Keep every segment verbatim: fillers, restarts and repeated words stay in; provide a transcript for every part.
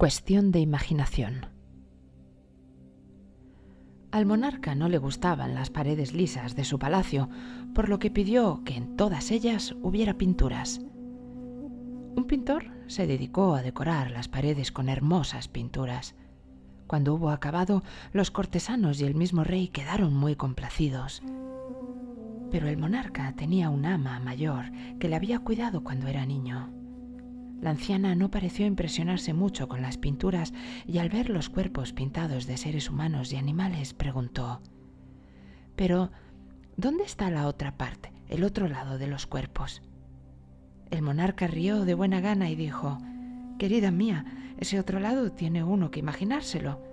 Cuestión de imaginación. Al monarca no le gustaban las paredes lisas de su palacio, por lo que pidió que en todas ellas hubiera pinturas. Un pintor se dedicó a decorar las paredes con hermosas pinturas. Cuando hubo acabado, los cortesanos y el mismo rey quedaron muy complacidos. Pero el monarca tenía una ama mayor que le había cuidado cuando era niño. La anciana no pareció impresionarse mucho con las pinturas y al ver los cuerpos pintados de seres humanos y animales preguntó: «Pero, ¿dónde está la otra parte, el otro lado de los cuerpos?» El monarca rió de buena gana y dijo: «Querida mía, ese otro lado tiene uno que imaginárselo».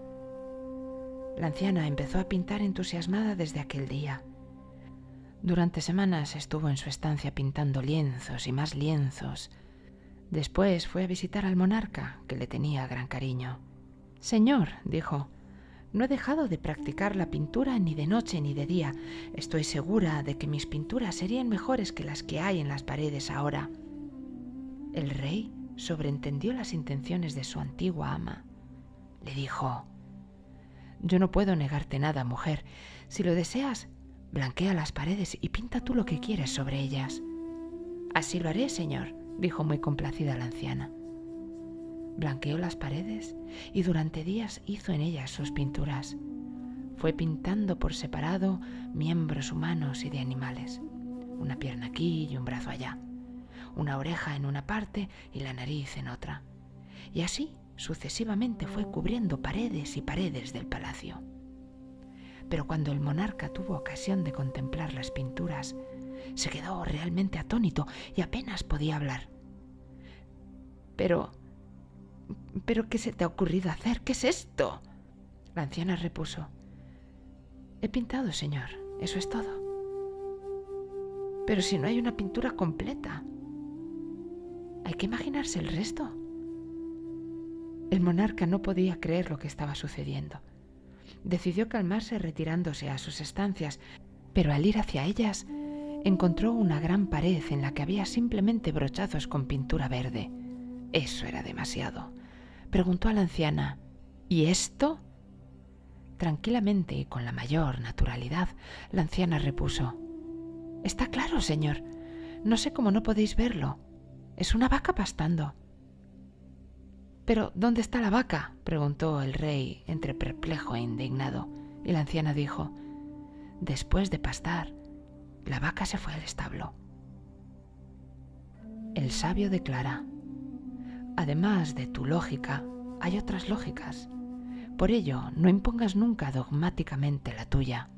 La anciana empezó a pintar entusiasmada desde aquel día. Durante semanas estuvo en su estancia pintando lienzos y más lienzos. Después fue a visitar al monarca, que le tenía gran cariño. «Señor», dijo, «no he dejado de practicar la pintura ni de noche ni de día. Estoy segura de que mis pinturas serían mejores que las que hay en las paredes ahora». El rey sobreentendió las intenciones de su antigua ama. Le dijo: «Yo no puedo negarte nada, mujer. Si lo deseas, blanquea las paredes y pinta tú lo que quieres sobre ellas». «Así lo haré, señor», dijo muy complacida la anciana. Blanqueó las paredes y durante días hizo en ellas sus pinturas. Fue pintando por separado miembros humanos y de animales, una pierna aquí y un brazo allá, una oreja en una parte y la nariz en otra, y así sucesivamente fue cubriendo paredes y paredes del palacio. Pero cuando el monarca tuvo ocasión de contemplar las pinturas, se quedó realmente atónito y apenas podía hablar. «Pero... ¿pero qué se te ha ocurrido hacer? ¿Qué es esto?». La anciana repuso: «He pintado, señor, eso es todo». «Pero si no hay una pintura completa, hay que imaginarse el resto». El monarca no podía creer lo que estaba sucediendo. Decidió calmarse retirándose a sus estancias, pero al ir hacia ellas encontró una gran pared en la que había simplemente brochazos con pintura verde. Eso era demasiado. Preguntó a la anciana: «¿Y esto?». Tranquilamente y con la mayor naturalidad, la anciana repuso: «Está claro, señor. No sé cómo no podéis verlo. Es una vaca pastando». «¿Pero dónde está la vaca?», preguntó el rey entre perplejo e indignado, y la anciana dijo: «Después de pastar, la vaca se fue al establo». El sabio declara: «Además de tu lógica, hay otras lógicas. Por ello, no impongas nunca dogmáticamente la tuya».